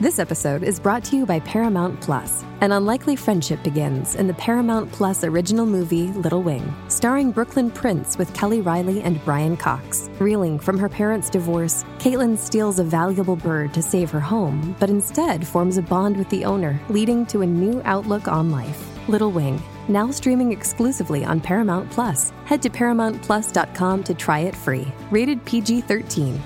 This episode is brought to you by Paramount Plus. An unlikely friendship begins in the Paramount Plus original movie Little Wing, starring Brooklyn Prince with Kelly Riley and Brian Cox. Reeling from her parents' divorce, Caitlin steals a valuable bird to save her home, but instead forms a bond with the owner, leading to a new outlook on life. Little Wing, now streaming exclusively on Paramount Plus. Head to ParamountPlus.com to try it free. Rated PG-13.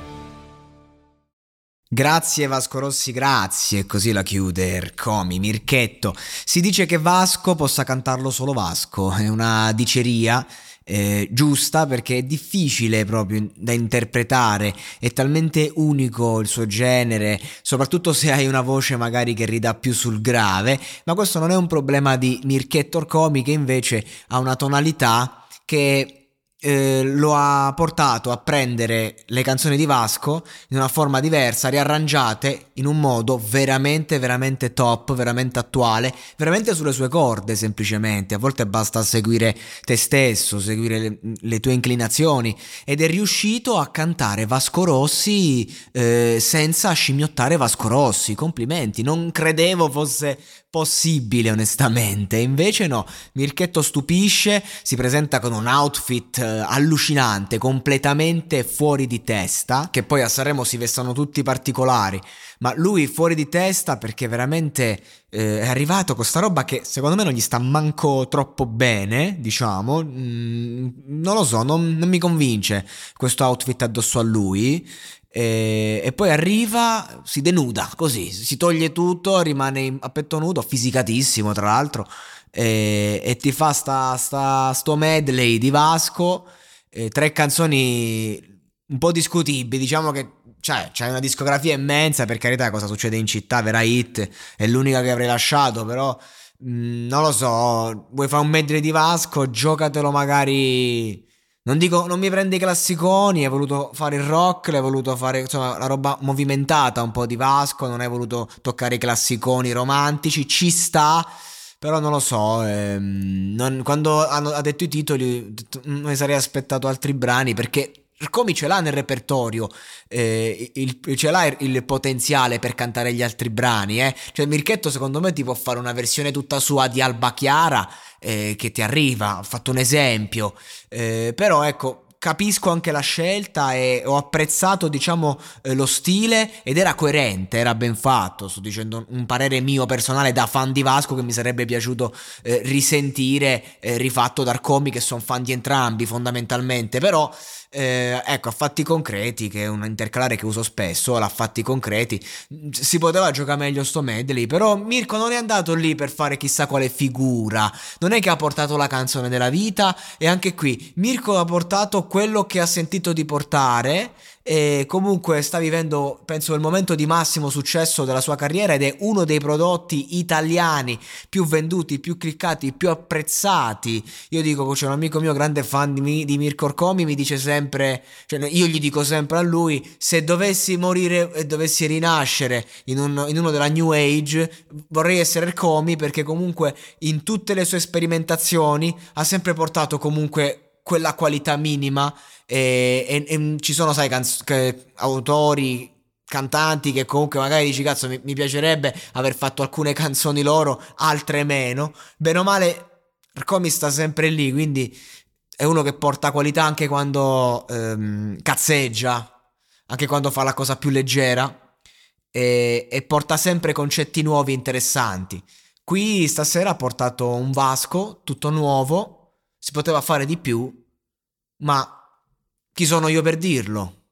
Grazie Vasco Rossi, grazie, così la chiude Ercomi. Mirchetto, si dice che Vasco possa cantarlo solo Vasco, è una diceria giusta, perché è difficile proprio da interpretare, è talmente unico il suo genere, soprattutto se hai una voce magari che ridà più sul grave, ma questo non è un problema di Mirchetto Ercomi, che invece ha una tonalità che lo ha portato a prendere le canzoni di Vasco in una forma diversa, riarrangiate in un modo veramente veramente top, veramente attuale, veramente sulle sue corde. Semplicemente a volte basta seguire te stesso, seguire le tue inclinazioni, ed è riuscito a cantare Vasco Rossi senza scimmiottare Vasco Rossi. Complimenti, non credevo fosse possibile onestamente, invece no. Mirchetto stupisce, si presenta con un outfit allucinante, completamente fuori di testa, che poi a Sanremo si vestono tutti particolari, ma lui fuori di testa perché veramente è arrivato con sta roba che secondo me non gli sta manco troppo bene, diciamo. Non lo so, non mi convince questo outfit addosso a lui. E poi arriva, si denuda così, si toglie tutto, rimane a petto nudo, fisicatissimo tra l'altro, e ti fa sto medley di Vasco, 3 canzoni un po' discutibili, diciamo che c'è una discografia immensa, per carità. Cosa succede in città, vera hit, è l'unica che avrei lasciato, però non lo so, vuoi fare un medley di Vasco, giocatelo magari. Non dico, non mi prende i classiconi, hai voluto fare il rock, l'hai voluto fare, insomma, la roba movimentata un po' di Vasco, non hai voluto toccare i classiconi romantici, ci sta, però non lo so, quando ha detto i titoli mi sarei aspettato altri brani, perché Ercomi ce l'ha nel repertorio, ce l'ha il potenziale per cantare gli altri brani, Cioè Mirchetto secondo me ti può fare una versione tutta sua di Alba Chiara, che ti arriva. Ho fatto un esempio, però ecco, capisco anche la scelta e ho apprezzato, diciamo, lo stile, ed era coerente, era ben fatto. Sto dicendo un parere mio personale da fan di Vasco, che mi sarebbe piaciuto risentire rifatto da Ercomi, che sono fan di entrambi fondamentalmente, però ecco, a fatti concreti, che è un intercalare che uso spesso, l'ha fatti concreti, si poteva giocare meglio sto medley. Però Mirko non è andato lì per fare chissà quale figura, non è che ha portato la canzone della vita, e anche qui Mirko ha portato quello che ha sentito di portare, e comunque sta vivendo, penso, il momento di massimo successo della sua carriera, ed è uno dei prodotti italiani più venduti, più cliccati, più apprezzati. Io dico, c'è un amico mio grande fan di Mirko Ercomi, mi dice sempre, cioè io gli dico sempre a lui: se dovessi morire e dovessi rinascere in uno della New Age, vorrei essere Ercomi, perché comunque in tutte le sue sperimentazioni ha sempre portato comunque quella qualità minima, e ci sono, sai, autori, cantanti che comunque magari dici cazzo, mi piacerebbe aver fatto alcune canzoni loro, altre meno. Bene o male Ercomi sta sempre lì, quindi è uno che porta qualità anche quando cazzeggia, anche quando fa la cosa più leggera, e porta sempre concetti nuovi interessanti. Qui stasera ha portato un Vasco tutto nuovo, si poteva fare di più, ma chi sono io per dirlo?